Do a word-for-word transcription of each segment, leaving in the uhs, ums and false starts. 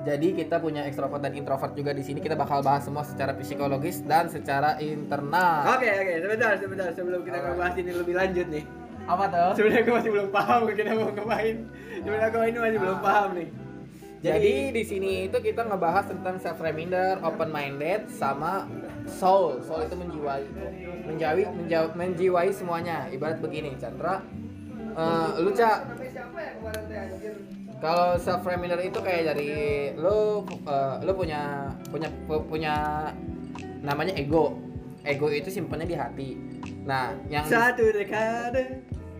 Jadi kita punya ekstrovert dan introvert juga di sini. Kita bakal bahas semua secara psikologis dan secara internal. Oke oke, sebentar sebentar sebelum kita ngebahas ini lebih lanjut nih. Apa tuh? Sebenarnya gue masih belum paham kita mau ngapain. Sebenarnya gue ini masih belum paham nih. Jadi, Jadi di sini itu kita ngebahas tentang self reminder, open minded, sama soul. Soul itu menjiwai, menjawi, menjaw, menjiwai semuanya. Ibarat begini, Chandra. Uh, lu Cak, kalau self reminder itu kayak dari lu, uh, lu punya punya punya namanya ego. Ego itu simpannya di hati. Nah, yang satu dekade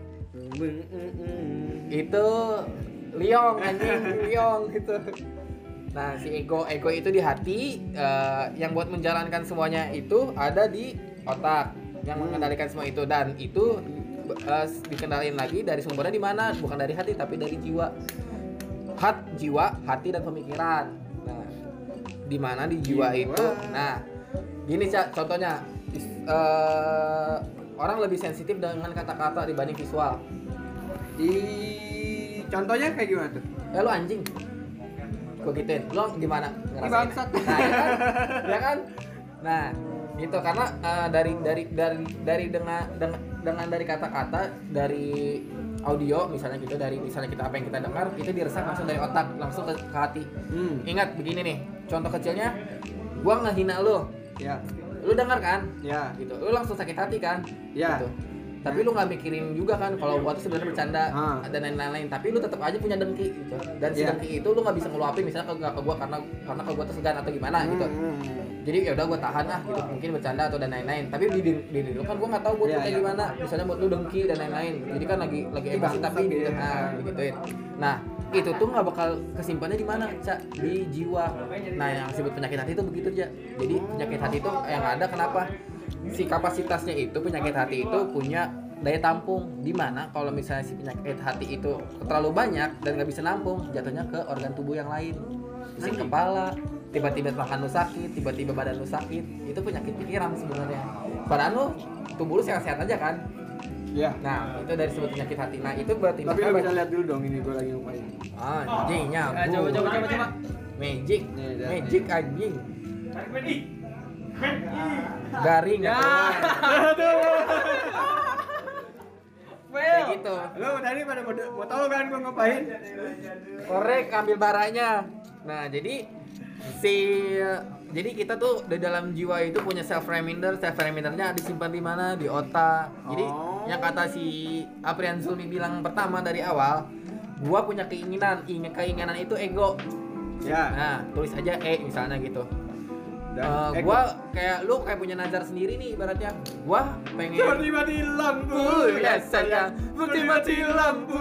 itu liong anjing, liong gitu. Nah, si ego ego itu di hati, uh, yang buat menjalankan semuanya itu ada di otak yang mengendalikan semua itu, dan itu uh, dikendaliin lagi dari sumbernya di mana? Bukan dari hati tapi dari jiwa. Hat, jiwa, hati dan pemikiran. Nah, di mana di jiwa, jiwa itu? Nah, gini Cak, contohnya uh, orang lebih sensitif dengan kata-kata dibanding visual. Di contohnya kayak gimana tuh? Ya lu anjing. Gua gituin. Lu gimana ngerasain? Bangsat. Nah, ya kan? Ya kan? Nah, gitu karena uh, dari dari dari dari dengan dengan, dengan dari kata-kata, dari audio misalnya gitu, dari misalnya kita apa yang kita dengar itu diresap langsung dari otak langsung ke, ke hati. Hmm. Ingat begini nih, contoh kecilnya, gua ngehina lu. Ya. Lu dengar kan? Ya. Gitu. Lu langsung sakit hati kan? Ya. Gitu. Tapi lu nggak mikirin juga kan kalau gua tuh sebenarnya bercanda ha. dan lain-lain, tapi lu tetap aja punya dengki gitu. Dan si yeah. dengki itu lu nggak bisa ngeluapin misalnya ke, ke gua karena karena ke gua tuh segan atau gimana hmm. gitu. Jadi ya udah gua tahan ah gitu, mungkin bercanda atau dan lain-lain. Tapi di diri lu kan gua nggak tahu buat yeah, kayak yeah. gimana. Misalnya buat lu dengki dan lain-lain. Jadi kan lagi lagi emosi tapi gitu. Nah, digituin. Nah, itu tuh nggak bakal kesimpannya di mana, Cak? Di jiwa. Nah, yang disebut penyakit hati itu begitu aja. Jadi penyakit hati itu yang ada kenapa? Si kapasitasnya itu, penyakit hati itu punya daya tampung, di mana kalau misalnya si penyakit hati itu terlalu banyak dan nggak bisa nampung, jatuhnya ke organ tubuh yang lain, pusing kepala, tiba-tiba makan lu sakit, tiba-tiba badan lu sakit, itu penyakit pikiran sebenarnya. Padahal lu tubuh lu sehat-sehat aja kan? Iya. Nah, itu dari sebut penyakit hati. Nah, itu berarti. Tapi lu bisa lihat dulu dong ini gua lagi ngapain. Ah, anjingnya. Eh, coba coba coba coba. Magic, nih, magic nih. Anjing. Garing ya. Kayak gitu. Lu tadi pada mau, mau tahu kan gua ngapain? Korek ambil baranya. Nah, jadi si jadi kita tuh di dalam jiwa itu punya self reminder, self remindernya disimpan di mana? Di otak. Jadi oh. yang kata si Aprian Zulmi bilang pertama dari awal, gua punya keinginan, ingin keinginan itu ego. Ya. Nah, tulis aja E misalnya gitu. Uh, gua kayak lu kayak punya nazar sendiri nih ibaratnya. Gua pengen seperti mati lampu ya sayang, seperti mati lampu.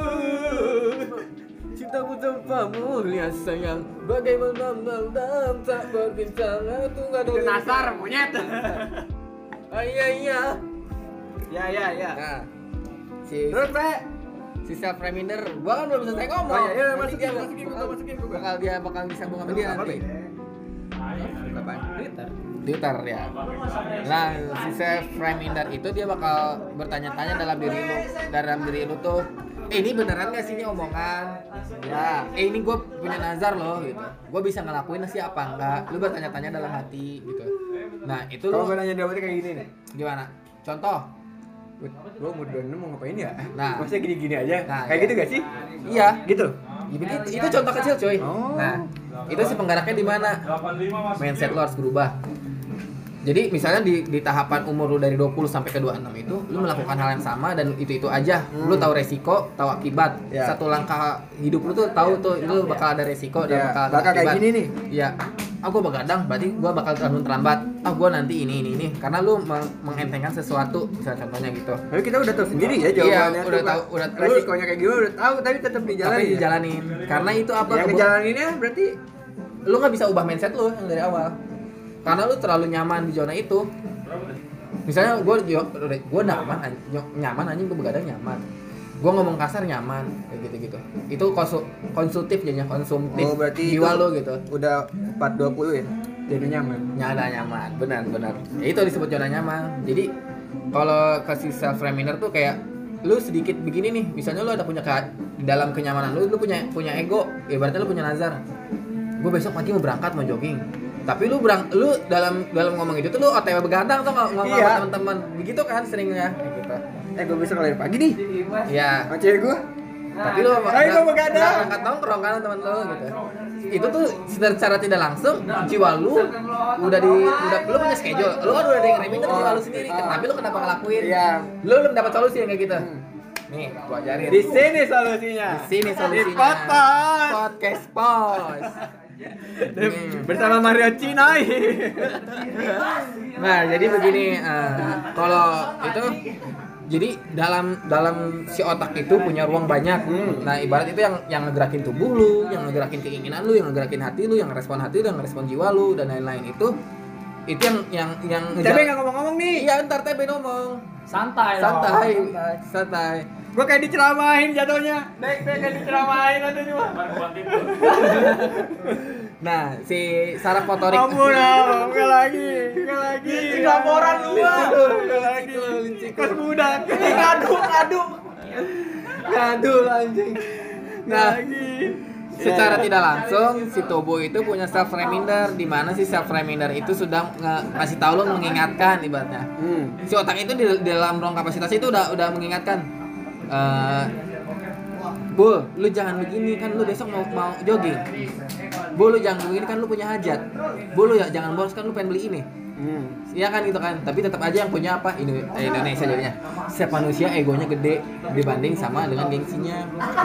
Cintaku tanpamu ya sayang, bagaimana malam tak berbincang tunggu dulu. Nazar monyet. Oh iya iya. Ya ya ya. Nah, si terus Pe, si self reminder, gua kan belum selesai ngomong. Oh iya, iya Nanti masukin dia masukin gua masukin gua. Bakal dia bakal disambung sama dia nanti. Twitter. Twitter ya. Nah, si self reminder itu dia bakal bertanya-tanya dalam diri lu, dalam diri lu tuh, eh, ini beneran gak sih ini omongan? Ya, eh ini gue punya nazar loh gitu. Gue bisa ngelakuin sih apa enggak? Lu bertanya-tanya dalam hati gitu. Nah, itu kalau lu gue nanya jawabnya kayak gini nih. Gimana? Contoh? Gue mau dua mau ngapain ya? Nah, maksudnya gini-gini aja. Nah, kayak iya. gitu gak sih? Iya, gitu. Ya, begitu. Itu contoh kecil, coy. Oh. Nah, itu si penggeraknya di mana? Mindset lo harus berubah. Jadi misalnya di, di tahapan umur lu dari dua puluh sampai ke dua puluh enam itu lu melakukan hal yang sama dan itu-itu aja. Hmm. Lu tahu resiko, tahu akibat. Ya. Satu langkah hidup lu tuh tahu tuh itu bakal ada resiko dan ya. bakal ada bakal akibat. Kayak gini nih. Iya. Ah gua begadang, berarti gua bakal terlalu terlambat. Ah gua nanti ini ini ini karena lu meng- mengentengkan sesuatu, misalnya contohnya gitu. Tapi kita udah tahu sendiri ya jawabannya. Iya, udah tahu, udah resikonya kayak gimana udah tahu tapi tetap dijalanin. Tapi dijalanin. Ya? Karena itu apa? Yang ngejalaninnya berarti lu nggak bisa ubah mindset lu yang dari awal. Karena lu terlalu nyaman di zona itu. Misalnya gue gue nyaman nyaman anjing, gue begadang nyaman, gue ngomong kasar nyaman kayak gitu gitu. Itu konsul, konsultif jadinya konsumtif. Oh, berarti jiwa lo gitu. Udah empat dua puluh ya jadi nyaman. Nyala nyaman, benar benar. Ya, itu disebut zona nyaman. Jadi kalau kasih self reminder tuh kayak lu sedikit begini nih, misalnya lu ada punya ke, di dalam kenyamanan lu lu punya punya ego, ibaratnya lu punya nazar. gue besok pagi mau berangkat mau jogging. Tapi lu berang, lu dalam dalam ngomong itu tuh lu O T W begadang tuh ngomong sama Iya. teman-teman. Begitu kan seringnya gitu. Eh gue besok lari pagi nih. Iya. Sama cewek gue. Tapi lu Ayo gua begadang. nggak angkat nongkrong kan teman lu gitu. Itu tuh secara tidak langsung jiwa lu udah di udah lu punya schedule. Lu kan udah ada yang reminder jiwa lu sendiri. Tapi lu kenapa ngelakuin? Iya. Lu belum dapat solusi yang kayak gitu. Nih, gua ajarin. Di sini solusinya. Di sini solusinya. Di podcast. Podcast pos. Bersama Mario Cinoy. Nah, jadi begini, uh, kalau itu jadi dalam dalam si otak itu punya ruang banyak. Hmm. Nah, ibarat itu yang yang ngegerakin tubuh lu, yang ngegerakin keinginan lu, yang ngegerakin hati lu, yang ngerespon hati lu, yang ngerespon jiwa lu dan lain-lain itu itu yang yang yang Tapi nggak ngomong-ngomong nih. Iya, ntar T B ngomong. Santai Santai, dong. santai. Gue kayak diceramahin jatuhnya. Dek, dek kayak diceramahin nanti cuma. Nah, si saraf motorik. Ampun, ah, enggak lagi, enggak lagi. Laporan lu, ah. Enggak lagi. Kos budak. Ngadu, ngadu. Ngadu anjing. Nah, Lagi. secara tidak langsung si tubuh itu punya self reminder, di mana si self reminder itu sudah nge- ngasih tahu lo, mengingatkan ibaratnya. Hmm. Si otak itu di, di dalam ruang kapasitas itu udah udah mengingatkan. Eh, Bu, lu jangan begini kan, lu besok mau mau jogging. Bu, lu jangan begini kan, lu punya hajat. Bu, lu ya jangan boros kan, lu pengen beli ini. Hmm. Iya kan gitu kan, tapi tetap aja yang punya apa Indo- eh, Indonesia jadinya. Setiap manusia egonya gede dibanding sama dengan gengsinya.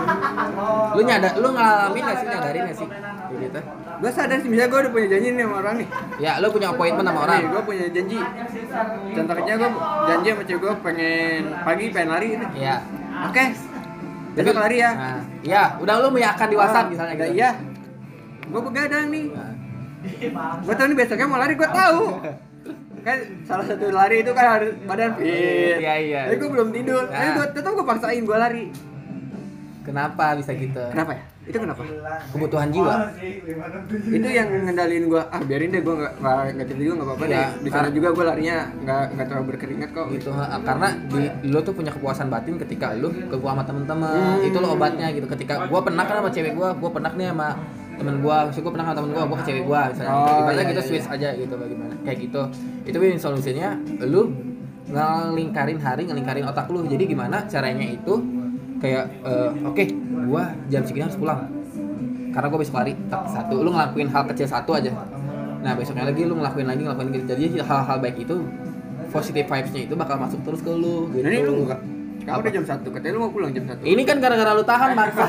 Lu nyadar, lu ngalamin nggak sih, nyadarin nggak sih? Kayak gitu. Gue sadar sih, misalnya gue udah punya janji nih sama orang nih. Ya, lu punya appointment sama orang. Nih, gue punya janji. Contohnya gue janji sama cewek gue pengen pagi pengen lari gitu. Iya. Oke. Besok lari ya. Nah, iya, udah lu meyakinkan di WhatsApp Ah, misalnya udah gitu. Iya. Gue begadang nih. Nah, Gue tahu nih besoknya mau lari, gue tahu. Kan salah satu lari itu kan harus badan fit. Iya, iya. Tapi gue belum tidur. Nah. Tapi gue tetap gue paksain gue lari. Kenapa bisa gitu? Kenapa ya? Itu kenapa? Kebutuhan jiwa. Itu yang ngendalin gue. Ah biarin deh, gue nggak nggak nggak tidur juga nggak apa-apa Iya. deh. Di sana juga gue larinya nggak nggak terlalu berkeringat kok. Gitu, ha, karena di lu tuh punya kepuasan batin ketika lu ke gua sama temen-temen. Hmm. Itu lo obatnya gitu. Ketika gua pernah kan sama cewek gua, gua pernah nih sama temen gua, maksud gua pernah sama temen gua, gua ke cewek gua misalnya. Oh, Ibaratnya iya, gitu iya, switch iya. aja gitu bagaimana. Kayak gitu. Itu win solusinya lu ngelingkarin hari, ngelingkarin otak lu. Jadi gimana caranya itu kayak eh, oke, gua jam segini harus pulang. Karena gua besok lari. Tak, satu, lu ngelakuin hal kecil satu aja. Nah, besoknya lagi lu ngelakuin lagi, ngelakuin gitu. Jadi hal-hal baik itu positive vibes-nya itu bakal masuk terus ke lu gitu. Nah, ini lu enggak. Kamu Apa? udah jam satu, katanya lu mau pulang jam satu. Ini kan gara-gara lu tahan bangsa.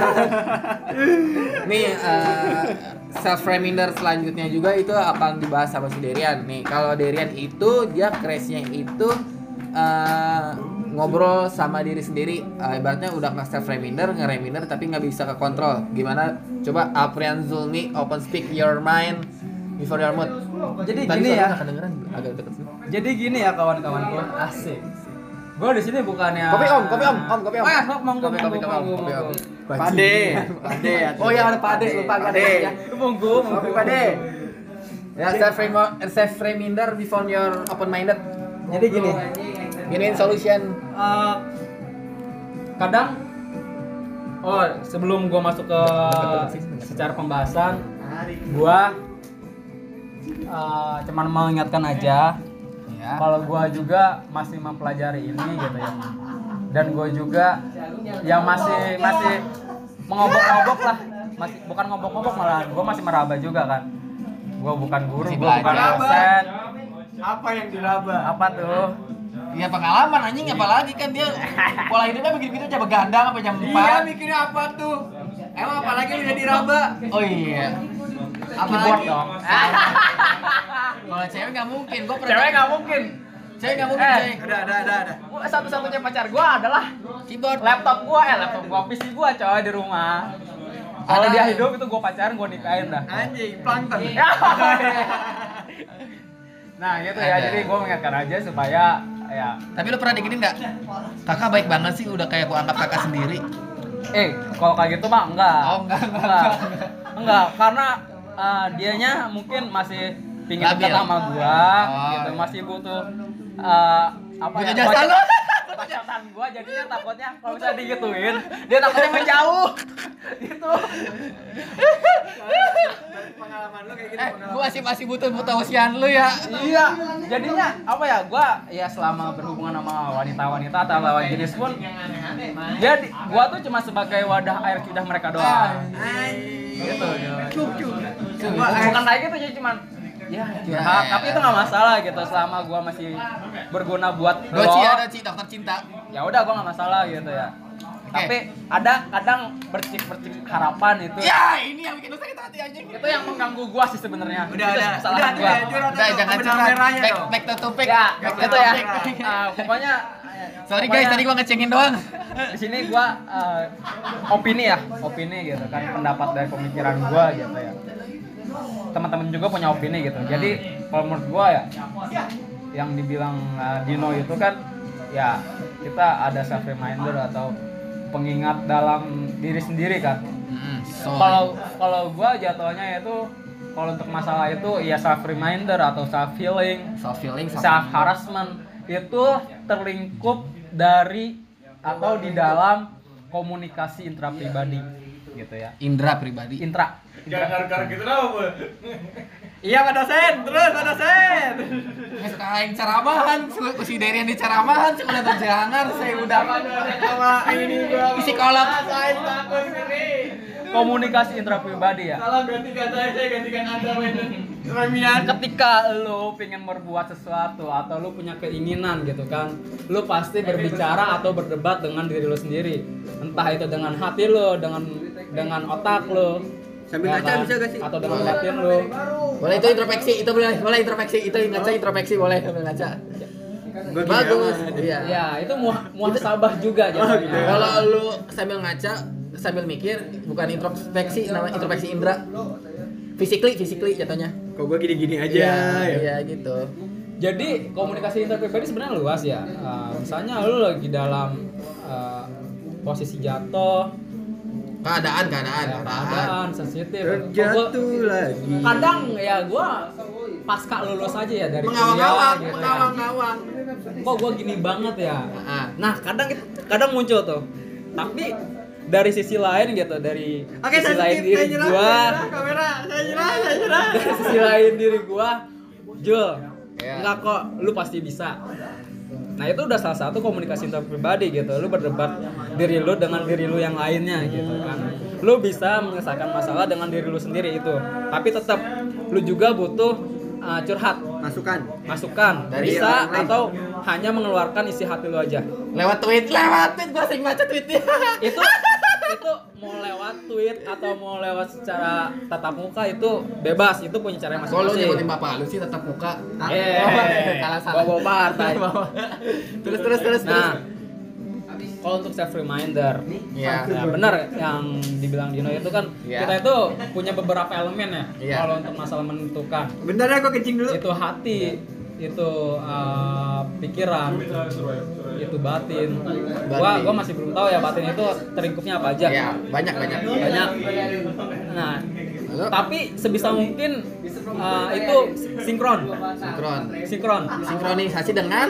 Nih uh, self reminder selanjutnya juga itu akan dibahas sama si Derian. Nih kalau Derian itu dia crash-nya itu uh, ngobrol sama diri sendiri. Uh, ibaratnya udah nggak self reminder, nge-reminder tapi nggak bisa ke kontrol. Gimana? Coba Aprian Zulmi open speak your mind before your mood. Jadi Tadi gini suaranya ya. nggak kedengeran, agak deket sih. Jadi gini ya kawan-kawanku, asik. Gue di sini bukannya. Kopi om, kopi om, om, kopi om. Ah, monggo, Kopi, kopi, monggo, kopi, monggo, kopi, om. monggo. Pade, pade. Oh ya ada pade, lupa gak ada Pade. ya. Monggo, Kopi monggo. pade. Ya, self remo- self reminder before you're open minded. Jadi gini, Giniin solution. eh, kadang, oh sebelum gue masuk ke secara pembahasan, gue uh, cuman mengingatkan aja. Ya. Kalau gue juga masih mempelajari ini gitu ya, dan gue juga yang masih masih mengobok-ngobok lah, masih bukan ngobok-ngobok malah gue masih meraba juga kan. Gue bukan guru, Masih gue bukan belajar. dosen. Apa yang diraba? Apa tuh? Ya pengalaman anjing, apalagi kan dia pola hidupnya begitu-begitu aja begadang apa jam Iya, empat. mikirnya apa tuh? Emang apalagi lu udah diraba? Oh iya. Keyboard dong. Kalau cewek nggak mungkin, gue pernah. Cewek nggak mungkin. Cewek nggak mungkin, Eh. cewek. Udah, udah, udah, udah. Gua satu-satunya pacar gue adalah Keyboard. laptop gue, eh laptop gue, P C gue coy di rumah. Kalau Ada. dia hidup itu gue pacaran, gue nikahin dah. Anjing, plankton. Nah gitu ya, Ada. jadi gue mengingatkan aja supaya ya. Tapi lu pernah diginin nggak? Kakak baik banget sih, udah kayak aku anggap kakak sendiri. Eh, kalau kayak gitu mah enggak. Oh, enggak, enggak. Enggak, enggak, karena uh, dianya mungkin masih pingin Labil. dekat sama gua, Oh, gitu, iya. masih butuh uh, apa Butuh ya? jasa wajah- lu. ketakutan gua jadinya takutnya kalau misalnya digituin dia takutnya menjauh gitu. Pengalaman lu kayak gitu. Eh, gua masih masih butuh butuh usian lu ya. Iya, jadinya apa ya? Gua ya selama berhubungan sama wanita-wanita atau lawan jenis pun, dia di- gua tuh cuma sebagai wadah air lidah mereka doang. Gitu. Cuk cuk. Bukan kayak gitu, jadi cuman ya curhat, tapi itu nggak masalah gitu selama gua masih berguna buat Doci lo. ada Ci, dokter cinta. Ya udah gua nggak masalah gitu ya. Tapi ada kadang bercik-bercik harapan itu. Ya, ini yang bikin lu sakit hati anjing. Itu yang mengganggu gua sih sebenarnya. Udah Itu udah. kesalahan gua. Udah jangan curhat. Back back to topic. Ya, Back to itu ya. topic. Ah, pokoknya Sorry pokoknya guys, tadi gua ngecengin doang. di sini gua eh, opini ya, opini gitu kan, pendapat dari pemikiran gua gitu ya. Teman-teman juga punya opini gitu. Jadi kalau menurut gua ya yang dibilang uh, Dino itu kan ya kita ada self reminder atau pengingat dalam diri sendiri kan. Kalau kalau gua jatuhnya itu kalau untuk masalah itu ya self reminder atau self healing, Self feeling, self harassment itu terlingkup dari atau di dalam komunikasi intrapribadi gitu ya. indra pribadi. Intra. Gar-gar gitu apa? Iya Pak dosen, terus Pak dosen. Nggak suka aing caramahan, si- si Derian di caramahan, si udah terjangar, saya udah Sama ini gua. psikolog. Saya takut sendiri. Komunikasi intrapribadi ya. Salah gantikan saya, saya gantikan Anda mainan. Remian. Ketika lo pengen berbuat sesuatu atau lo punya keinginan gitu kan, lo pasti berbicara atau berdebat dengan diri lo sendiri. Entah itu dengan hati lo, dengan dengan otak lo, Sambil ya ngaca kan? bisa gak sih? Atau dengan batin lo. Boleh itu introspeksi, itu boleh, boleh introspeksi, itu ngaca introspeksi boleh sambil ngaca. Gua gini Bagus. amat. Iya. Ya, itu muah muhasabah juga jadinya. Kalau lu sambil ngaca, sambil mikir, bukan introspeksi, namanya introspeksi indra. Physically, physically jatuhnya. Kok gua gini-gini aja Iya, ya. iya gitu. Jadi komunikasi interpribadi sebenarnya luas ya. Uh, misalnya lu lagi dalam uh, posisi jatuh, Keadaan, keadaan, ya, keadaan. keadaan sensitif. Kok gua- Terjatuh lagi. Kadang ya gua pasca lulus aja ya dari Mengawang-awang, kuliah gitu ya. mengawang-awang. Kok gua gini banget ya. Ah. Nah, kadang kadang muncul tuh. Tapi dari sisi lain gitu, dari Oke, sisi saya lain skip, diri saya nyerah, gua, saya nyerah, kamera, saya nyerah, saya nyerah. dari sisi lain diri gua, Jul, Iya. enggak kok, lu pasti bisa. Nah itu udah salah satu komunikasi interpribadi gitu. Lu berdebat diri lu dengan diri lu yang lainnya gitu kan. Lu bisa menyelesaikan masalah dengan diri lu sendiri itu. Tapi tetap lu juga butuh uh, curhat, Masukan. masukan, Dari bisa orang lain. atau hanya mengeluarkan isi hati lu aja. Lewat tweet, lewat tweet, gua sering baca tweetnya. Itu itu mau lewat tweet atau mau lewat secara tatap muka itu bebas, itu punya cara Kalau lu masing-masing. nyebutin bapak lu sih tetap muka. Eh, salah salah. bawa partai. Terus terus terus terus. Nah, kalau untuk self reminder, Iya. ya benar yang dibilang Dino itu kan Iya. kita itu punya beberapa elemen ya. Iya. Kalau untuk masalah menentukan, Bentar ya gua kencing dulu. itu hati, itu uh, pikiran, itu batin. Gua gua masih belum tahu ya batin itu teringkupnya apa aja. Iya, banyak banyak. Banyak. Nah, Lalu? tapi sebisa mungkin uh, itu sinkron. Sinkron. Sinkron. Sinkronisasi dengan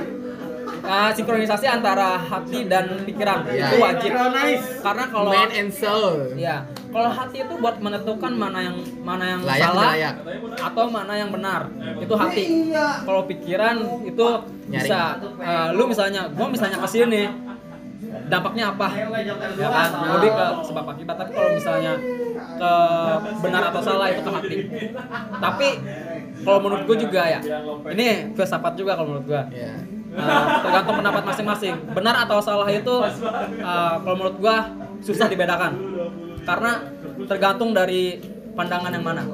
Uh, sinkronisasi antara hati dan pikiran Iya. itu wajib. Synchronize. Karena kalau mind and soul. ya, kalau hati itu buat menentukan mana yang mana yang Layak, salah tidak layak. atau mana yang benar. Itu hati. Kalau pikiran itu Nyari. bisa uh, lu misalnya, gua misalnya ke sini dampaknya apa? Ya kan? Lebih ke sebab akibat. Tapi kalau misalnya ke benar atau salah itu ke hati. Tapi kalau menurut gua juga ya, ini filsafat juga kalau menurut gua. Iya. Uh, tergantung pendapat masing-masing. Benar atau salah itu uh, kalau menurut gua susah dibedakan. Karena tergantung dari pandangan yang mana.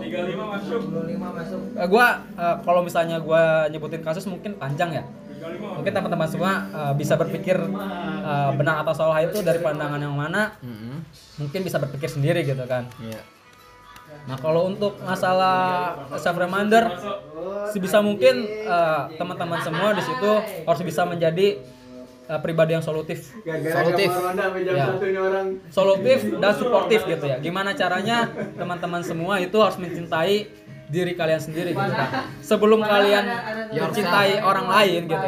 Uh, gua uh, kalau misalnya gua nyebutin kasus mungkin panjang ya. Mungkin teman-teman semua uh, bisa berpikir uh, benar atau salah itu dari pandangan yang mana. Mm-hmm. Mungkin bisa berpikir sendiri gitu kan. Iya. Nah kalau untuk masalah self reminder, sebisa mungkin uh, teman-teman semua di situ harus bisa menjadi uh, pribadi yang solutif, Solutif. Ya. solutif dan suportif gitu ya. Gimana caranya teman-teman semua itu harus mencintai diri kalian sendiri gitu kan. Sebelum kalian mencintai orang lain gitu ya.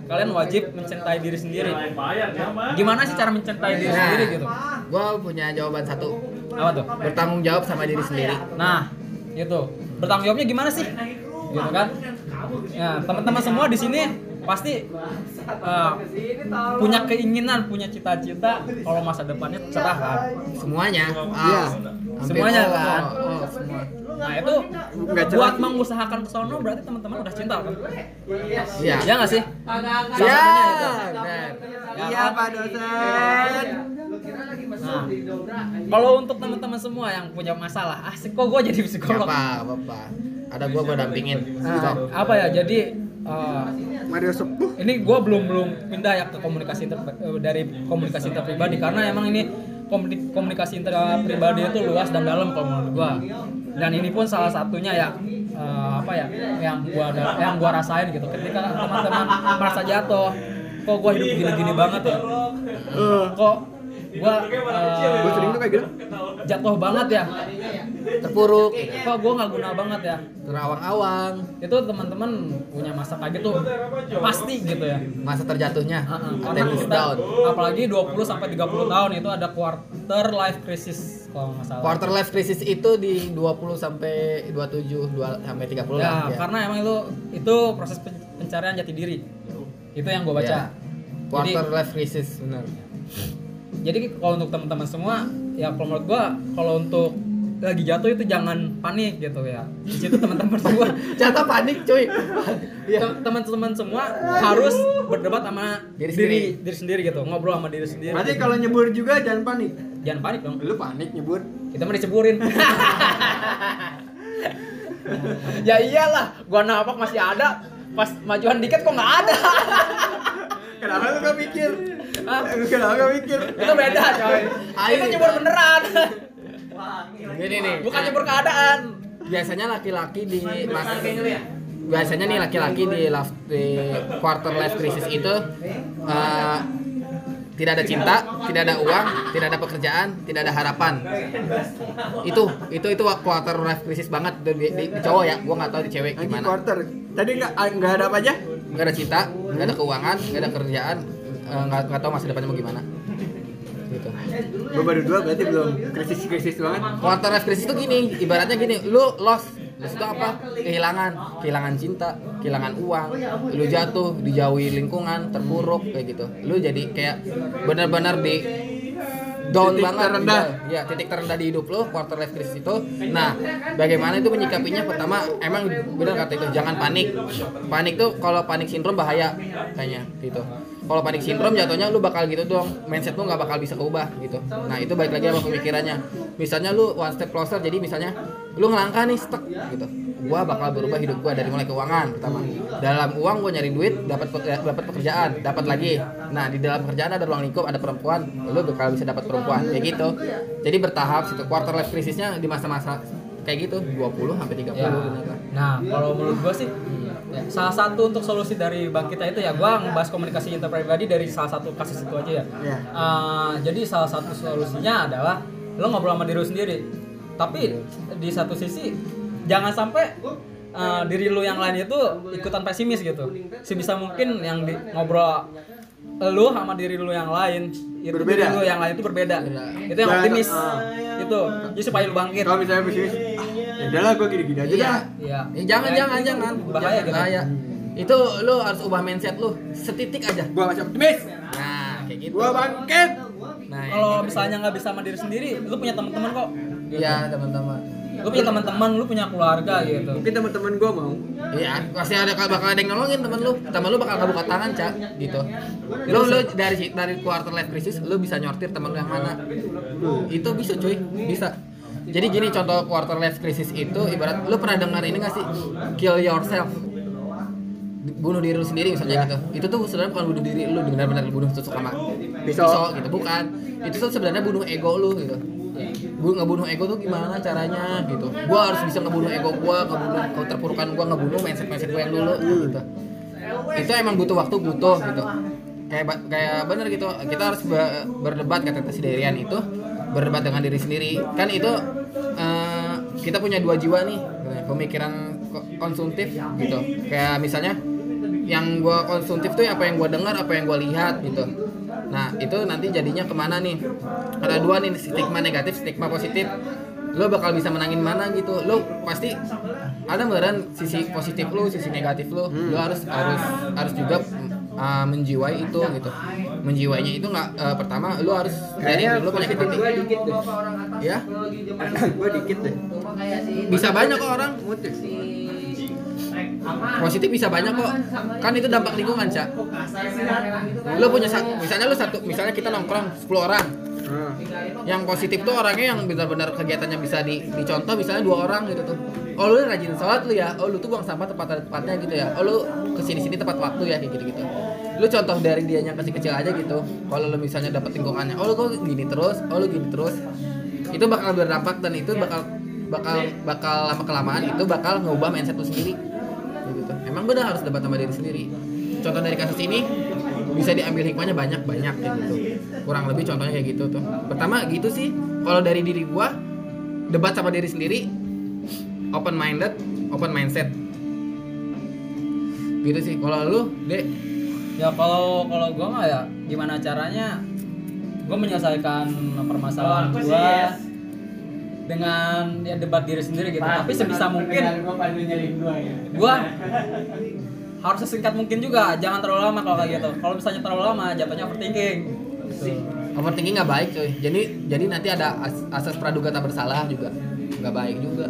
kalian wajib mencintai diri sendiri. Gimana sih cara mencintai diri Nah, sendiri gitu? Gue punya jawaban satu. Apa tuh? Bertanggung jawab sama diri sendiri. Nah, gitu. Bertanggung jawabnya gimana sih? Gitu kan? Ya, teman-teman semua di sini pasti uh, punya keinginan, punya cita-cita kalau masa depannya cerah kan. Semuanya. Iya. Ah, hampir. Semuanya Oh, kan? Oh, oh, semua. Nah, itu Nggak cerah buat sih. mengusahakan ke sono berarti teman-teman udah cinta kan? Iya. Ya nggak sih? Salah Iya. satunya itu. Benar. Ya Iya kan? Pak dosen. Nah, kalau untuk teman-teman semua yang punya masalah, asik kok gue jadi psikolog. Apa, apa. Ada gue gue dampingin. Nah, Stop. apa ya? Jadi uh, Mario Sepuh. ini gue belum belum pindah ya ke komunikasi inter, eh, dari komunikasi interpribadi karena emang ini komunik- komunikasi interpribadi itu luas dan dalam kalau menurut gue. Dan ini pun salah satunya ya uh, apa ya yang gua ada, yang gua rasain gitu ketika teman-teman merasa jatuh, kok gua hidup gini-gini banget ya, kok gua uh, Gue sering tuh kayak gitu. jatuh banget ya, Terpuruk, kok gua nggak guna banget ya. terawang-awang, Itu teman-teman punya masa kayak gitu pasti gitu ya. masa terjatuhnya, Uh-uh. Karena attendance kita, down. apalagi dua puluh sampai tiga puluh tahun itu ada quarter life crisis kalau nggak salah. Quarter life crisis itu di dua puluh sampai dua puluh tujuh, dua sampai tiga puluh Ya, lah. Ya. karena emang itu itu proses pen- pencarian jati diri. Itu yang gue baca. Ya. Quarter Jadi, life crisis, benar. jadi kalau untuk teman-teman semua, ya kalau menurut gue, kalau untuk lagi jatuh itu jangan panik gitu ya. Di situ teman-teman semua, Jatuh panik, cuy. Iya. te- teman-teman semua harus berdebat sama Diri diri sendiri. diri, sendiri gitu, ngobrol sama diri sendiri. Berarti kalau nyebur juga jangan panik. Jangan panik dong. Lu panik nyebur. Kita mah diceburin. Ya iyalah, gua napak masih ada. Pas majuan dikit kok nggak ada. Kenapa lu gak mikir? Hah? Kenapa gak mikir? Itu beda coy. Ayo. Itu nyebur beneran. Gini nih. Bukan nyebur keadaan. Biasanya laki-laki di mas, biasanya nih laki-laki di, laf- di quarter life crisis itu eh, tidak ada cinta, tidak ada uang, tidak ada pekerjaan, tidak ada harapan. Itu itu itu quarter life crisis banget di, di, di cowok ya. Gua nggak tahu di cewek Lagi gimana. quarter. Tadi nggak nggak ada apa aja? Nggak ada cinta, nggak ada keuangan, nggak ada kerjaan, eh, nggak nggak tahu masa depannya mau gimana. Gitu. Gue baru dua berarti belum krisis-krisis banget. Quarter life crisis itu gini, ibaratnya gini, lu lost, lost itu apa? Kehilangan, kehilangan cinta, kehilangan uang, lu jatuh, dijauhi lingkungan, terpuruk kayak gitu. Lu jadi kayak benar-benar di down Titik banget, terendah. ya titik terendah di hidup lu, quarter life crisis itu. Nah, bagaimana itu menyikapinya? Pertama, emang benar kata itu, jangan panik. Panik tuh kalau panik sindrom bahaya kayaknya gitu. Kalau panik sindrom jatuhnya lu bakal gitu dong, mindset lu nggak bakal bisa keubah gitu. Nah itu balik lagi sama pemikirannya. Misalnya lu one step closer, jadi misalnya lu ngelangkah nih stuck gitu. Gua bakal berubah hidup gua dari mulai keuangan pertama. Dalam uang gua nyari duit, dapat pe- dapat pekerjaan, dapat lagi. Nah di dalam pekerjaan ada ruang lingkup, ada perempuan, lu bakal bisa dapat perempuan kayak gitu. Jadi bertahap situ. Quarter life crisisnya di masa-masa kayak gitu dua puluh sampai tiga puluh Ya. benar. Nah, kalau menurut gua sih ya, salah satu untuk solusi dari Bang kita itu ya gua ngebahas komunikasi interpribadi dari salah satu kasus itu aja ya. Iya. Uh, jadi salah satu solusinya adalah lo ngobrol sama diri lo sendiri. Tapi di satu sisi jangan sampai uh, diri lu yang lain itu ikutan pesimis gitu. Sebisa mungkin yang di, ngobrol lu sama diri lu yang lain itu Berbeda. diri lu yang lain itu berbeda. Itu yang Dan, optimis. ah. Itu. Jadi supaya lu bangkit. Kalau misalnya pesimis, ah, ya udahlah gue gini-gini aja Iya. dah. Iya. Eh, jangan Ya, jangan itu jangan bahaya gitu. bahaya. Itu lu harus ubah mindset lu setitik aja. Gue masih optimis. Nah kayak gitu. Gue bangkit. Nah, Kalau gitu. misalnya nggak bisa sama diri sendiri, lu punya teman-teman kok. Iya teman-teman. Lu punya teman-teman, lu punya keluarga gitu. Mungkin teman-teman gue mau. Iya, pasti ada bakal ada yang nolongin teman lu. Teman lu bakal ngebuka tangan, Cak, gitu. Lu lu dari dari quarter life crisis lu bisa nyortir teman lu yang mana. Itu bisa, cuy. Bisa. Jadi gini contoh quarter life crisis itu ibarat lu pernah dengar ini enggak sih? Kill yourself. Bunuh diri lu sendiri misalnya gitu. Itu tuh sebenarnya bukan bunuh diri lu, benar-benar bunuh tusuk sama Pisau. pisau gitu, bukan. Itu tuh sebenarnya bunuh ego lu gitu. Gue ngebunuh ego tuh gimana caranya gitu. Gua harus bisa ngebunuh ego gua, ngebunuh keterpurukan gua, ngebunuh mindset-mindset gua yang dulu gitu. Itu emang butuh waktu, butuh gitu. Kayak ba- kayak bener gitu. Kita harus be- berdebat kata si Darian itu, berdebat dengan diri sendiri. Kan itu eh, kita punya dua jiwa nih, pemikiran ko- konsumtif gitu. Kayak misalnya yang gue konsumtif tuh apa yang gue dengar, apa yang gue lihat gitu. Nah itu nanti jadinya kemana nih? Ada dua nih, stigma negatif, stigma positif. Lo bakal bisa menangin mana gitu. Lo pasti ada beneran sisi positif lo, sisi negatif lo. Lo harus harus harus juga uh, menjiwai itu gitu. Menjiwainya itu nggak uh, pertama lo harus Kayaknya lo punya positif gue dikit deh. ya Gue dikit deh. bisa banyak kok orang positif bisa banyak kok, kan itu dampak lingkungan Cak. Lo punya satu, misalnya lo satu, misalnya kita nongkrong sepuluh orang, Hmm. yang positif tuh orangnya yang benar-benar kegiatannya bisa di, dicontoh, misalnya dua orang gitu tuh. Oh lu rajin sholat lu ya, oh lu tuh buang sampah tepat tempatnya gitu ya, oh lu kesini-sini tepat waktu ya, kayak gitu-gitu. Lu contoh dari dia yang kecil-kecil aja gitu. Kalau lu misalnya dapet lingkungannya, oh lu kok gini terus, oh lu gini terus, itu bakal berdampak dan itu bakal bakal bakal lama kelamaan itu bakal ngubah mindset lu sendiri. Gitu. Emang benar harus debat sama diri sendiri. Contoh dari kasus ini bisa diambil hikmahnya banyak-banyak kayak gitu. Kurang lebih contohnya kayak gitu tuh. Pertama gitu sih, kalau dari diri gua debat sama diri sendiri, open minded, open mindset. Gitu sih. Kalau lu, Dek? Ya kalau kalau gue mah ya gimana caranya gue menyelesaikan permasalahan gue dengan ya debat diri sendiri gitu. Tapi sebisa mungkin gue harus sesingkat mungkin juga, jangan terlalu lama kalau kayak gitu. Kalau misalnya terlalu lama jatuhnya overthinking. Gitu. Overthinking nggak baik cuy. Jadi jadi nanti ada as- asas praduga tak bersalah juga, nggak baik juga.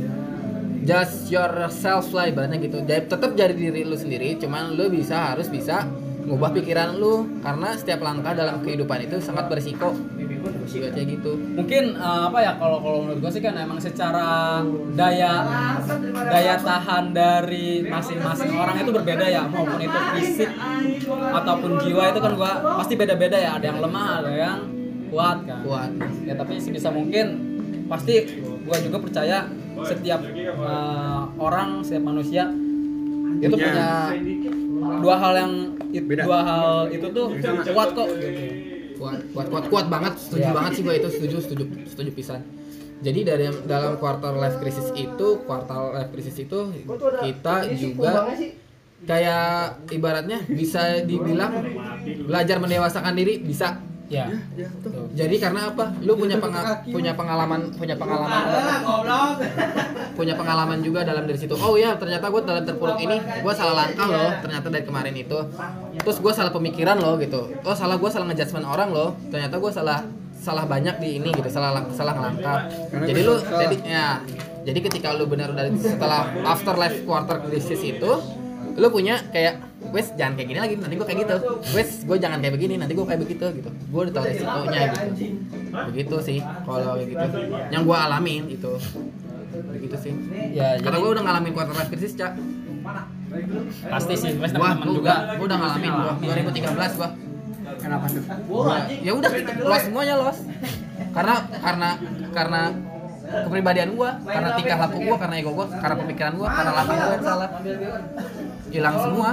Just yourself lah ibaratnya gitu. Jadi tetap jadi diri lu sendiri, cuman lu bisa harus bisa ngubah pikiran lu karena setiap langkah dalam kehidupan itu sangat berisiko. Kayak gitu. Mungkin uh, apa ya kalau kalau menurut gue sih kan emang secara daya daya tahan dari masing-masing orang itu berbeda ya, maupun itu fisik ataupun jiwa itu kan gua pasti beda-beda ya, ada yang lemah, ada yang kuat kan. Kuat. Ya tapi sebisa mungkin pasti gua juga percaya setiap uh, orang, setiap manusia itu punya dua hal yang it, Beda. dua hal itu tuh kuat kok gitu. kuat kuat kuat kuat banget, setuju Ya. banget sih gue itu, setuju setuju setuju pisan. Jadi dari dalam quarter life crisis itu, quarter life crisis itu kita juga kayak ibaratnya bisa dibilang belajar mendewasakan diri, bisa. Ya. Jadi karena apa? Lu punya penga- punya pengalaman, punya pengalaman, punya pengalaman juga dalam dari situ. Oh ya, ternyata gue dalam terpuruk ini, gue salah langkah loh. Ternyata dari kemarin itu, terus gue salah pemikiran loh gitu. Oh salah, gue salah ngejudgement orang loh. Ternyata gue salah salah banyak di ini gitu, salah lang- salah langkah. Jadi lu, jadi ya, jadi ketika lu benar udah setelah after life quarter crisis itu, lu punya kayak wes jangan kayak gini lagi, nanti gue kayak gitu. Wes gue jangan kayak begini, nanti gue kayak begitu gitu. Gue udah tahu resikonya gitu. Begitu sih kalau kayak gitu. Yang gue alamin itu. Begitu sih. Ya, Karena jadi gue udah ngalamin quarter life crisis, Cak. pasti sih, pasti Gua, teman-teman gua juga. udah, gua udah ngalamin gua dua ribu tiga belas gua. Kenapa tuh? Gua- Ya udah kita lost semuanya lost. Karena karena karena kepribadian gua, karena tingkah laku gua, karena ego gua, karena pemikiran gua, karena laku gua yang salah. Hilang semua.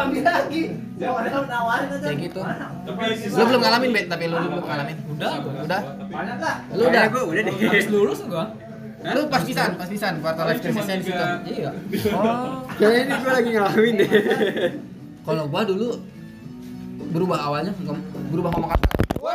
Kayak gitu. Lu belum ngalamin, Be, tapi lu belum ngalamin. Udah. Udah. Lu udah. Gue udah deh. Habis lulus gua. Lu pas pisan, pas pisan quarter life crisisnya di situ. Iya. Oh. Kayaknya ini gue lagi ngalamin deh. Kalau gua dulu berubah awalnya ngom- berubah ngomong kasar.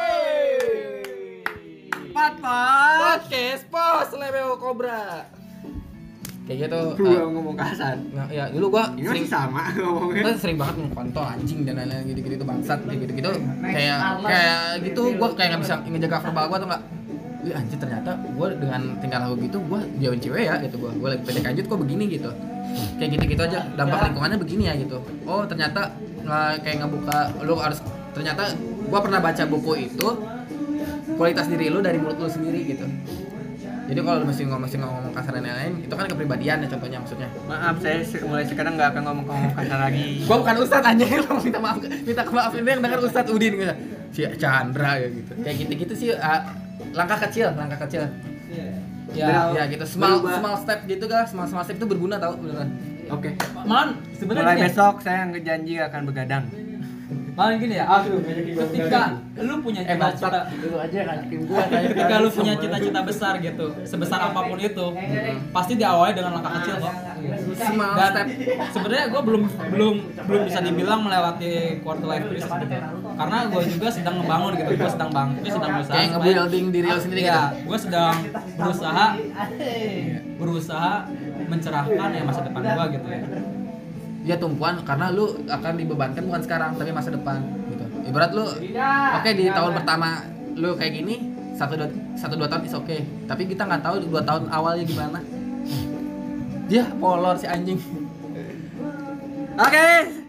Pat, Pat. Podcast Pos Lebeo Cobra. Kayak gitu. Gue uh, ngomong kasar. Nah, ya dulu gua Ini sering masih sama ngomongnya. gua sering banget ngkontol anjing dan lain-lain gitu-gitu tuh bangsat kayak gitu-gitu. Kayak kayak gitu gua kayak enggak bisa ngejaga verbal gua tuh enggak. Wih anjir ternyata gua dengan tingkah laku gitu gua jauhin cewek ya gitu gua. Gua lagi pendek lanjut kok begini gitu. Kayak gitu-gitu aja dampak lingkungannya begini ya gitu. Oh, ternyata nggak kayak ngebuka lu harus ternyata gua pernah baca buku itu kualitas diri lu dari mulut lu sendiri gitu. Jadi kalau lu mesti ngomong mesti ngomong kasar dan lain-lain, itu kan kepribadian ya contohnya maksudnya. Maaf, saya se- mulai sekarang nggak akan ngomong-ngomong kasar lagi. Gua bukan ustad anjing, lu minta maaf, minta maaf ini yang denger Ustad Udin gitu. Si Chandra ya gitu. Kayak gitu-gitu sih uh, langkah kecil, langkah kecil. Ya. Ya gitu, small Berubah. small step gitu kan, small small step itu berguna tau beneran. Oke. Man, sebenarnya Mulai nih, besok saya ngejanji akan begadang. Paling gini ya, aku ketika lu punya Eh cita-cita dulu aja kan tim gua kayak ketika lu punya cita-cita besar gitu, sebesar apapun itu, pasti diawali dengan langkah kecil kok. small Dan step. sebenarnya gue belum belum belum bisa dibilang melewati quarter life crisis gitu. Karena gue juga sedang ngebangun gitu, gue sedang bangun, gue sedang berusaha. Kayak supaya- nge-building diri lu sendiri Iya, gitu. gue sedang berusaha berusaha mencerahkan ya masa depan gue gitu ya. Ya tumpuan karena lu akan dibebankan bukan sekarang tapi masa depan gitu. Ibarat lu oke di tahun pertama lu kayak gini satu dua, satu dua tahun is oke. Tapi kita nggak tahu dua tahun awalnya gimana. Dia molor si anjing. Oke.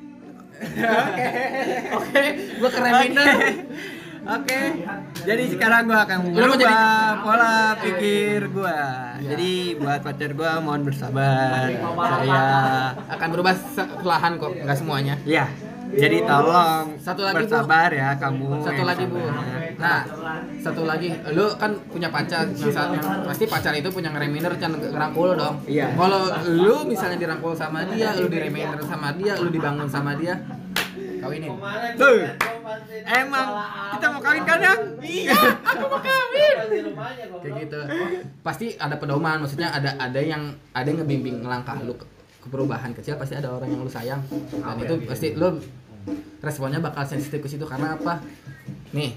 Oke, gua keren bener. Oke. Jadi sekarang gua akan Lu mau jadi- merubah pola pikir gua. Jadi buat pacar gua mohon bersabar. Saya Akan berubah se- perlahan kok, nggak semuanya. ya. Jadi tolong Satu lagi, Bu. bersabar ya kamu. Satu yang lagi bu, sabar. nah satu lagi, lu kan punya pacar, misalnya pasti pacar itu punya ngereminder kan ngerangkul dong. Iya. Kalau lu misalnya dirangkul sama dia, lu direminder sama dia, lu dibangun sama dia, kawinin. Tuh. Emang kita mau kawin kan yang? Iya, aku mau kawin. Kayak gitu. Pasti ada pedoman, maksudnya ada ada yang ada yang ngebimbing langkah lu ke, ke perubahan kecil, pasti ada orang yang lu sayang. Dan itu pasti lu responnya bakal sensitif ke situ karena apa? Nih.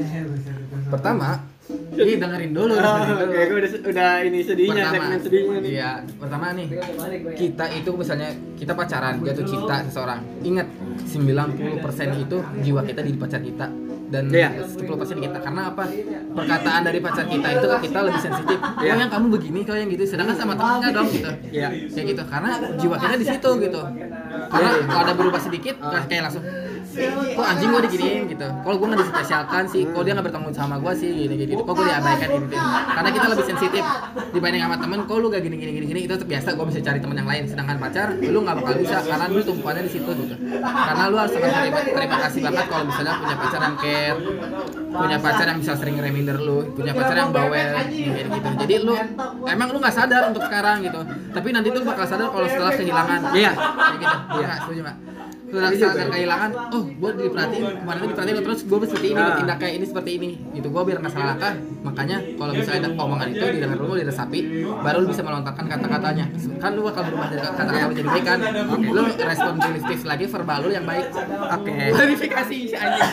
Pertama, ini dengerin dulu, dengerin dulu. Oke, gua udah udah ini sedihnya, Pertama, segmen sedihnya nih. iya, pertama nih, kita itu misalnya kita pacaran, jatuh cinta seseorang. Ingat, sembilan puluh persen itu jiwa kita di pacar kita dan Iya. sepuluh persen di kita. Karena apa? Perkataan dari pacar kita itu ke kita lebih sensitif. Iya. Oh yang kamu begini, kau yang gitu. Sedangkan sama temennya dong gitu. Iya. Kayak gitu. Karena jiwa kita di situ gitu. Karena kalau ada berubah sedikit, kayak langsung kok anjing gue diginiin gitu. Kalau gue nggak dispesialkan sih, kok dia nggak bertanggung sama gue sih gini gini. Kok gue diabaikan gitu. Karena kita lebih sensitif dibanding sama temen. Kok lu gak gini gini gini gini itu biasa. Gue bisa cari temen yang lain. Sedangkan pacar, lu nggak bakal bisa karena lu tumpuannya di situ gitu. Karena lu harus sangat terima, terima kasih banget kalau misalnya punya pacar yang care, punya pacar yang bisa sering reminder lu, punya pacar yang bawel gitu gitu. Jadi lu emang lu nggak sadar untuk sekarang gitu. Tapi nanti tuh bakal sadar kalau setelah kehilangan. Iya. Kayak gitu. Iya, setuju, Pak. Setelah sadar kehilangan, oh gue diperhatiin, kemarin tuh diperhatiin terus gue seperti ini, bertindak kayak ini seperti ini gitu. Gue biar nggak salah langkah, makanya kalau misalnya ada omongan itu didengar dulu, diresapi, baru lu bisa melontarkan kata-katanya. Kan lu bakal berubah dari kata-kata lu jadi baik kan. Lu respon positif lagi, verbal lu yang baik. Oke. Klarifikasi si anjing.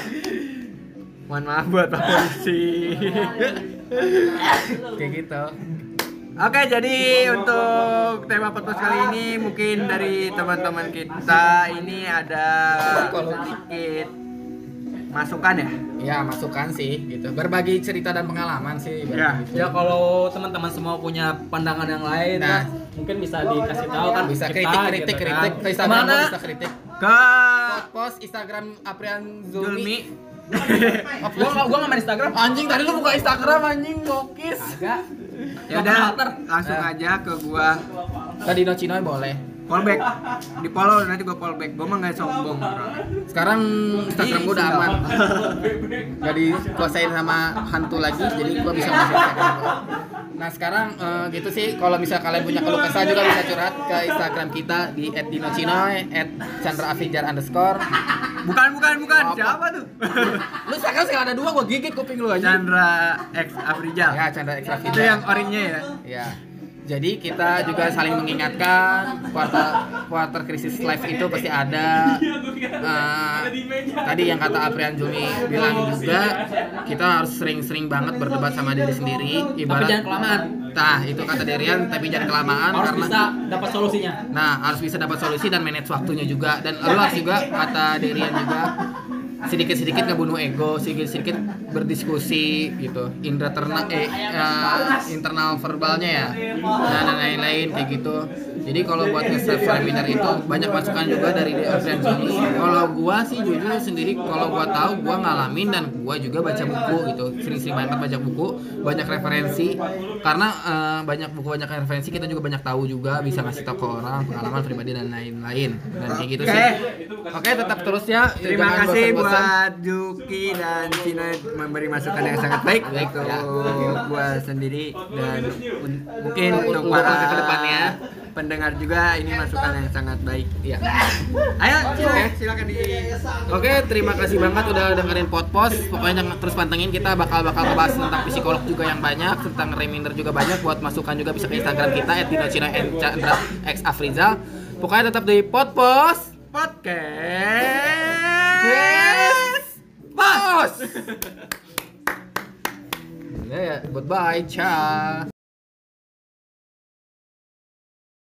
Mohon maaf buat Pak Polisi. Kayak gitu. Oke, jadi untuk tema podcast kali ini mungkin dari teman-teman kita ini ada sedikit masukan ya. Ya masukan sih gitu. Berbagi cerita dan pengalaman sih. Ya. gitu. Ya kalau teman-teman semua punya pandangan yang lain, Nah. kan, mungkin bisa dikasih tahu kan Bisa kita, kritik kritik gitu kritik kan. ke Instagram Kemana? gua bisa kritik. Ke Post Instagram Aprian Zulmi. Zulmi. Gua nggak- gua nggak main Instagram. Anjing tadi lu buka Instagram anjing gokis. Agak. Ya udah, langsung aja ke gua Tadi no Cinoy boleh. fallback. Di follow nanti gua fallback. Gua mah enggak sombong. Sekarang Instagram gua udah Ih, aman. Gak dikuasain sama hantu lagi, jadi gua bisa masuk Instagram gua. Nah sekarang eh, gitu sih. Kalau misal kalian punya keluh kesah juga bisa curhat ke Instagram kita di et dino cinoy, et chandra afijar underscore. Bukan, bukan, bukan. Apa? Siapa tuh? Lu sekarang sih ada dua, gua gigit kuping lu aja. Chandra X Afrijal. Ya Chandra X Afija. Itu yang orange ya. Ya. Jadi kita juga saling mengingatkan quarter quarter krisis life itu pasti ada. Eh, tadi yang kata Aprian Jumi bilang juga kita harus sering-sering banget berdebat sama diri sendiri. Ibarat, Tapi jangan kelamaan. Nah itu kata Derian, tapi jangan kelamaan Harus karena bisa dapat solusinya. nah harus bisa dapat solusi dan manage waktunya juga. Dan lu harus juga kata Derian juga sedikit-sedikit ngebunuh ego, sedikit-sedikit berdiskusi gitu, indra terna eh uh, internal verbalnya ya, nah dan lain-lain kayak gitu. Jadi kalau buat nge-self seminar itu banyak masukan juga dari Aprian Jumi. Kalau gua sih jujur sendiri, kalau gua tahu gua ngalamin dan gua juga baca buku gitu, sering-sering banget baca buku, banyak referensi karena uh, banyak buku banyak referensi kita juga banyak tahu juga, bisa ngasih tahu ke orang pengalaman pribadi dan lain-lain dan kayak gitu Oke. sih. Oke tetap terus ya. Terima Jangan kasih bosan-bosan. buat Juki dan Cino memberi masukan yang sangat baik Baik, untuk ya. gua sendiri dan un- mungkin untuk Untuk para ke depannya. pendengar juga ini masukan yang sangat baik. Iya. Ayo, oke, silakan di. Oke, terima kasih banget udah dengerin Podpos. Pokoknya jangan terus pantengin, kita bakal bakal ngebahas tentang psikolog juga yang banyak, tentang reminder juga banyak. Buat masukan juga bisa ke Instagram kita et dinocina and chandra x afrizal. Pokoknya tetap di Podpos Podcast. Yes. Bos. Ya, ya, goodbye, ciao.